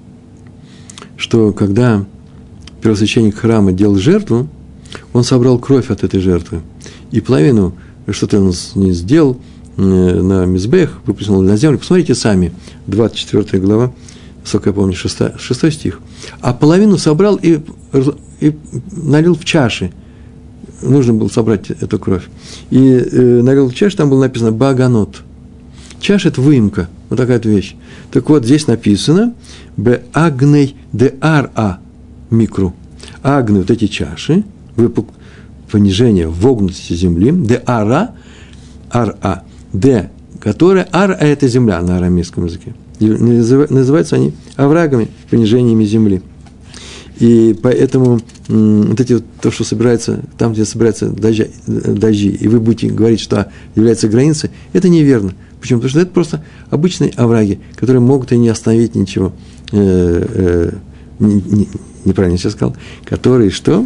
что когда первосвященник храма делал жертву, он собрал кровь от этой жертвы. И половину, что-то он не сделал, на мизбех, выплеснул на землю. Посмотрите сами, двадцать четвёртая глава, сколько я помню, шестой, шестой стих. А половину собрал и, и налил в чаши. Нужно было собрать эту кровь. И э, налил в чаши, там было написано «баганот». Чаша – это выемка, вот такая вот вещь. Так вот, здесь написано «бе агней де ар-а микру». Агны, вот эти чаши, выпук, понижение, вогнутости земли, де ара, ар-а, де, которая, ар – это земля на арамейском языке. И называются они оврагами, понижениями земли. И поэтому вот эти вот, то, что собирается, там, где собираются дожди, дожди, и вы будете говорить, что является границей, это неверно. Почему? Потому что это просто обычные овраги, которые могут и не остановить ничего. Э, э, не, не, неправильно я сейчас сказал. Которые что?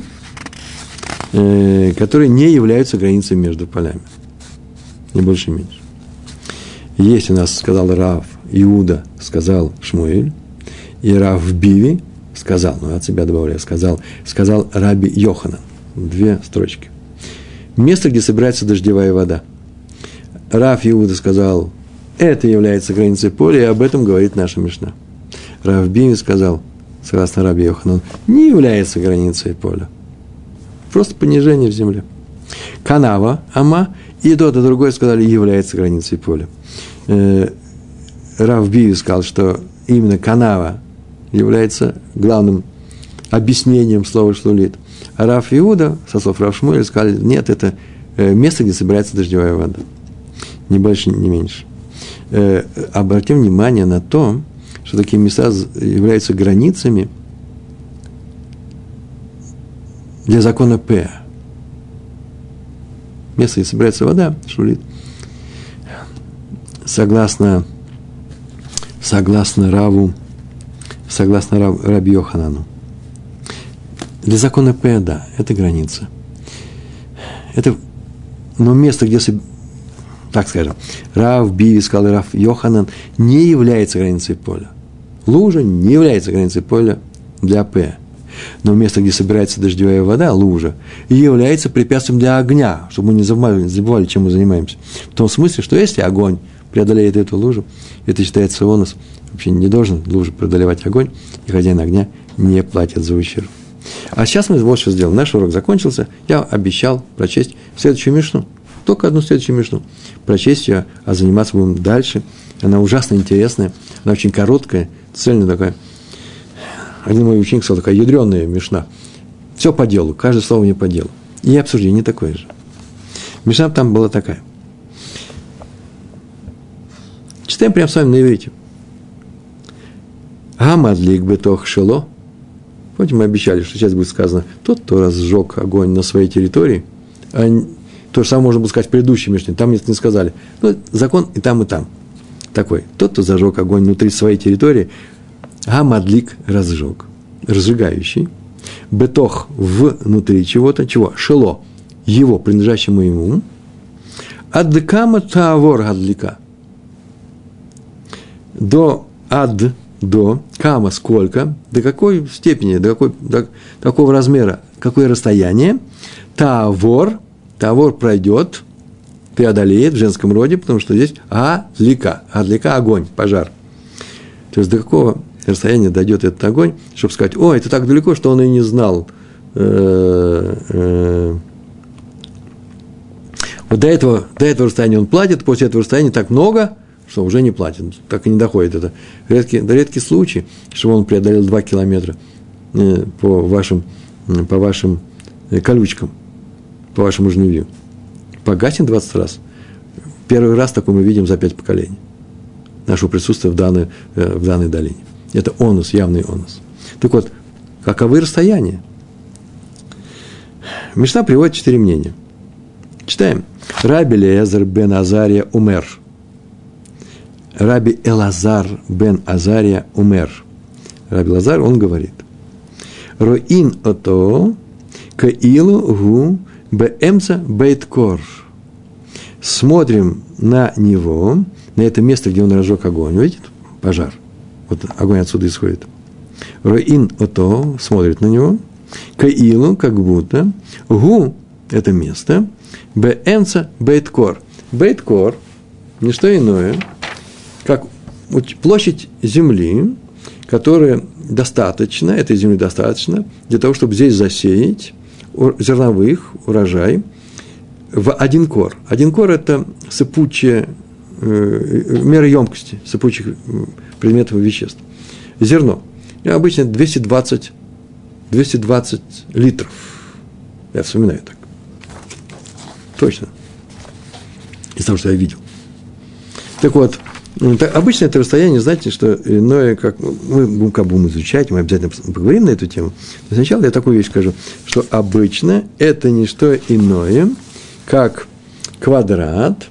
Э, которые не являются границей между полями. Ни больше, ни меньше. Есть у нас, сказал Рав Иуда, сказал Шмуэль, и Рав Биви сказал, ну, от себя добавляю, сказал, сказал Раби Йоханан. Две строчки. Место, где собирается дождевая вода. Рав Иуда сказал, это является границей поля, и об этом говорит наша Мишна. Рав Биви сказал, согласно Раби Йоханану, не является границей поля. Просто понижение в земле. Канава, ама, и тот, и другой сказали, является границей поля. Рав Биви сказал, что именно канава является главным объяснением слова шлулит. А Рав Иуда, со слов Рав Шмуэля, сказали, нет, это место, где собирается дождевая вода. Ни больше, ни меньше. Обратим внимание на то, что такие места являются границами для закона П. Место, где собирается вода, шлулит. Согласно согласно Раву, согласно Рав, Раби Йоханану. Для закона П, да, это граница. Это, но место, где, так скажем, Рав Биви сказал, Рав Йоханан не является границей поля. Лужа не является границей поля для П. Но место, где собирается дождевая вода, лужа, является препятствием для огня, чтобы мы не забывали, забывали, чем мы занимаемся. В том смысле, что если огонь преодолеет эту лужу, это считается онос, вообще не должен лужу преодолевать огонь, и хозяин огня не платит за ущерб. А сейчас мы вот что сделаем. Наш урок закончился. Я обещал прочесть следующую мишну. Только одну следующую мишну. Прочесть ее, а заниматься будем дальше. Она ужасно интересная. Она очень короткая, цельная такая. Один мой ученик сказал, такая ядреная мишна. Все по делу, каждое слово не по делу. И обсуждение такое же. Мишна там была такая. Читаем прямо с вами на иврите. Гамадлик бетох шело. Помните, мы обещали, что сейчас будет сказано, тот, кто разжег огонь на своей территории, а то же самое можно было сказать в предыдущей мишне, там нет, не сказали. Ну, закон и там, и там. Такой, тот, кто зажег огонь внутри своей территории, гамадлик разжег, разжигающий, бетох внутри чего-то, чего? Шело, его, принадлежащему ему, адкама таавор гадлика, до ад, до, кама, сколько, до какой степени, до, какой, до какого размера, какое расстояние, тавор, тавор пройдет, преодолеет в женском роде, потому что здесь адлика, адлика – огонь, пожар. То есть до какого расстояния дойдет этот огонь, чтобы сказать, о, это так далеко, что он и не знал. Вот до этого, до этого расстояния он платит, после этого расстояния так много, что уже не платит, так и не доходит. Это редкий, редкий случай, чтобы он преодолел два километра по вашим, по вашим колючкам, по вашему жневью. Погасит двадцать раз. Первый раз такой мы видим за пять поколений. Нашего присутствия в данной, в данной долине. Это онус, явный онус. Так вот, каковы расстояния? Мишна приводит четыре мнения. Читаем. Раби Элазар бен Азария умер. Раби Элазар бен Азария умер. Раби Элазар, он говорит. Роин ото каилу гу беэмца бейткор. Смотрим на него, на это место, где он разжег огонь. Видите? Пожар. Вот огонь отсюда исходит. Роин ото смотрит на него. Каилу, как будто. Гу, это место. Беэмца бейткор. Бейткор, не что иное, как площадь земли, которая достаточно, этой земли достаточно, для того, чтобы здесь засеять зерновых, урожай, в один кор. Один кор – это сыпучая, э, мера емкости сыпучих предметов и веществ. Зерно. И обычно двести двадцать, двести двадцать литров. Я вспоминаю так. Точно. Из того, что я видел. Так вот, обычно это расстояние, знаете, что иное, как мы как будем изучать, мы обязательно поговорим на эту тему. Но сначала я такую вещь скажу, что обычно это не что иное, как квадрат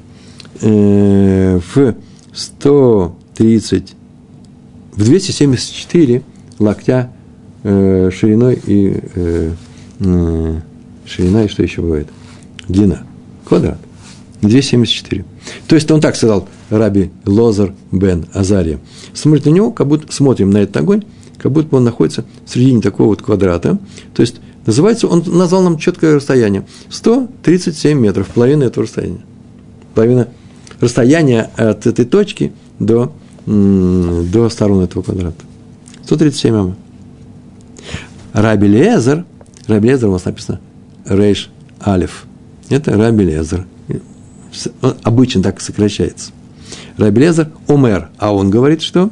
э, в сто тридцать, в двести семьдесят четыре локтя э, шириной и э, э, ширина, и что еще бывает? Длина. Квадрат. двести семьдесят четыре. То есть он так сказал, Раби Элазар бен Азария. Смотрит на него, как будто смотрим на этот огонь, как будто он находится в середине такого вот квадрата. То есть называется, он назвал нам четкое расстояние. сто тридцать семь метров, половина этого расстояния. Половина расстояния от этой точки до, до сторон этого квадрата. сто тридцать семь ама. Раби Элазар, Раби Элазар у вас написано Рейш Алеф. Это Раби Элазар. Он обычно так сокращается. Раби Элазар омер, а он говорит, что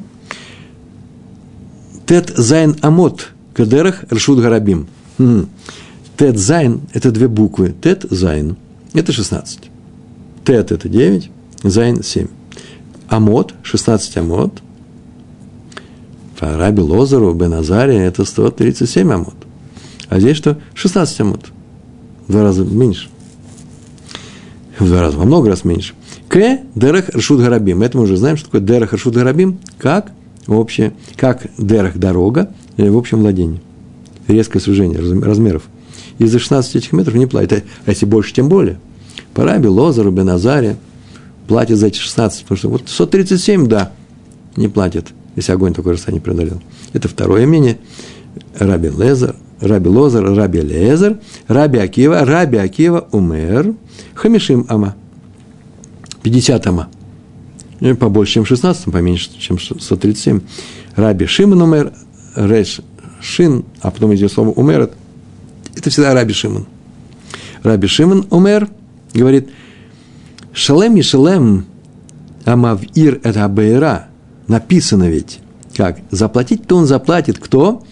Тет зайн амот кадерах ршут гарабим. Тет зайн – это две буквы. Тет зайн – это шестнадцать. Тет – это девять, зайн – семь. Амот – шестнадцать амот. По Раби Элазару бен Азария – это сто тридцать семь амот. А здесь что? шестнадцать амот. В два раза меньше. В два раза, во много раз меньше. К Дерех Ршут Гарабим. Это мы уже знаем, что такое Дерех Ршут Гарабим, как общее, как Дерех дорога в общем владении. Резкое сужение размеров. Из-за шестнадцати этих метров не платят. А если больше, тем более. По Раби Лозару, Бен Азаре платят за эти шестнадцать, потому что вот сто тридцать семь, да, не платят, если огонь такое расстояние преодолел. Это второе мнение. Раби Лезар, Раби Лозар, Раби Лезар, Раби Акива, Раби Акива Умер, Хамишим Ама. пятьдесят ама. Побольше, чем шестнадцать, поменьше, чем сто тридцать семь. Раби Шимон Умер, Реш Шин, а потом идет слово Умер, это всегда Раби Шимон. Раби Шимон Умер говорит, Шалем и Шалем Амавир это Абейра. Написано ведь, как? Заплатить-то он заплатит кто?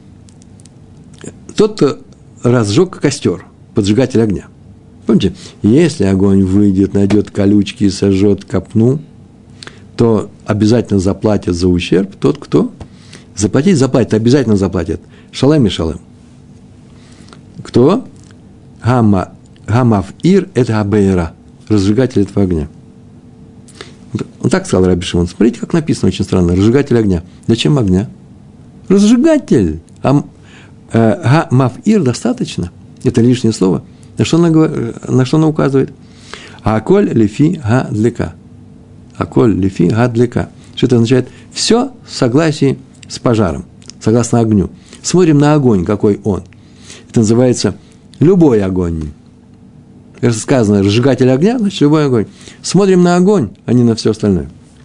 Тот, кто разжег костер, поджигатель огня. Помните, если огонь выйдет, найдет колючки и сожжет копну, то обязательно заплатит за ущерб тот, кто заплатить заплатит, обязательно заплатит. Шалем и шалем. Кто? Гама, гамавир – это абейра, разжигатель этого огня. Он так сказал Раби Шимон. Смотрите, как написано, очень странно. Разжигатель огня. Зачем огня? Разжигатель. А э, гамавир достаточно. Это лишнее слово. На что она, на что она указывает? Аколь лифи гадлика. Аколь лифи гадлика. Что это означает? Все в согласии с пожаром, согласно огню. Смотрим на огонь, какой он. Это называется любой огонь. Если сказано разжигатель огня, значит любой огонь. Смотрим на огонь, а не на все остальное.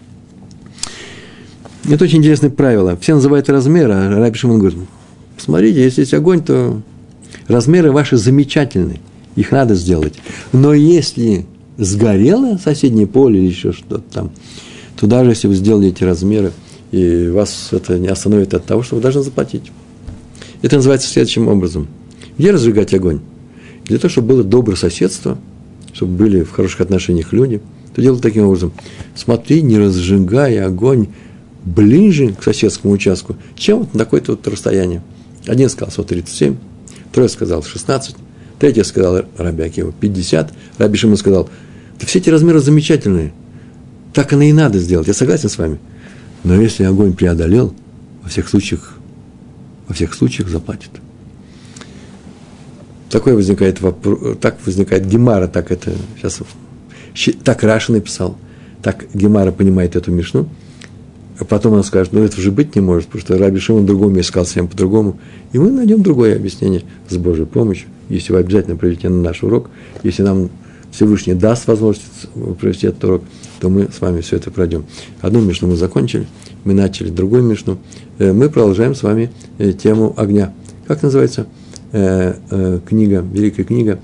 Это очень интересное правило. Все называют размеры, а Раби Шимон говорит, посмотрите, если есть огонь, то размеры ваши замечательные. Их надо сделать. Но если сгорело соседнее поле или еще что-то там, то даже если вы сделали эти размеры, и вас это не остановит от того, что вы должны заплатить. Это называется следующим образом. Где разжигать огонь? Для того, чтобы было доброе соседство, чтобы были в хороших отношениях люди, то делают таким образом. Смотри, не разжигая огонь ближе к соседскому участку, чем вот на такое-то вот расстояние. Один сказал сто тридцать семь, второй сказал шестнадцать, третий сказал Раби Акива пятьдесят, Раби Шимон сказал, да все эти размеры замечательные, так оно и надо сделать, я согласен с вами. Но если огонь преодолел, во всех случаях, во всех случаях заплатит. Такой возникает вопрос, так возникает Гемара, так это сейчас, так Раши написал, так Гемара понимает эту мишну. А потом он скажет, ну это же быть не может, потому что Раби Шимон в другом месте сказал совсем по-другому. И мы найдем другое объяснение с Божьей помощью, если вы обязательно проведете на наш урок, если нам Всевышний даст возможность провести этот урок, то мы с вами все это пройдем. Одну мишну мы закончили, мы начали другую мишну. Мы продолжаем с вами тему огня. Как называется книга, великая книга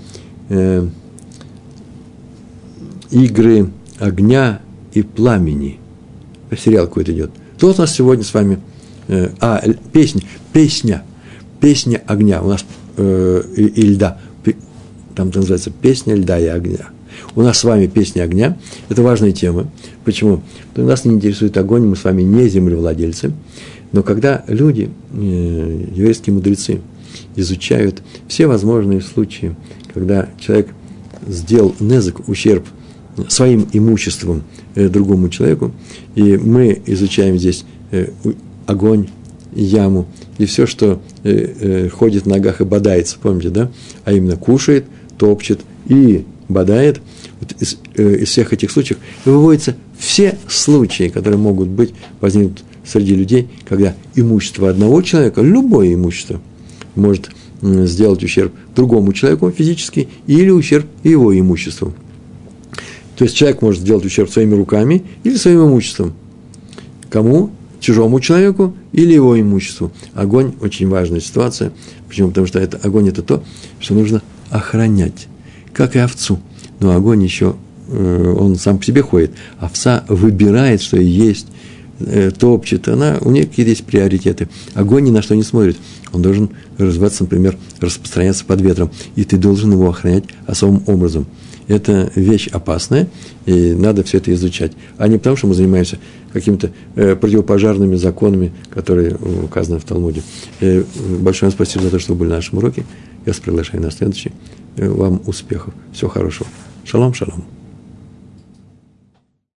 «Игры огня и пламени». Сериал какой-то идет. Тут у нас сегодня с вами а, песня, песня, песня огня. У нас э, и, и льда. Там это называется песня льда и огня. У нас с вами песня огня. Это важная тема. Почему? Потому что нас не интересует огонь, мы с вами не землевладельцы. Но когда люди, э, еврейские мудрецы, изучают все возможные случаи, когда человек сделал незак, ущерб своим имуществом э, другому человеку, и мы изучаем здесь э, огонь, яму, и все, что э, э, ходит в ногах и бодается, помните, да? А именно кушает, топчет и бодает. Вот из, э, из всех этих случаев выводятся все случаи, которые могут быть, возникнут среди людей, когда имущество одного человека, любое имущество, может э, сделать ущерб другому человеку физически или ущерб его имуществу. То есть человек может сделать ущерб своими руками или своим имуществом. Кому? Чужому человеку или его имуществу. Огонь – очень важная ситуация. Почему? Потому что это, огонь – это то, что нужно охранять, как и овцу. Но огонь еще, он сам по себе ходит. Овца выбирает, что есть, топчет. Она, у нее какие-то есть приоритеты. Огонь ни на что не смотрит. Он должен развиваться, например, распространяться под ветром. И ты должен его охранять особым образом. Это вещь опасная, и надо все это изучать. А не потому, что мы занимаемся какими-то э, противопожарными законами, которые указаны в Талмуде. Э, большое вам спасибо за то, что вы были на нашем уроке. Я вас приглашаю на следующий. Э, вам успехов. Всего хорошего. Шалом, шалом.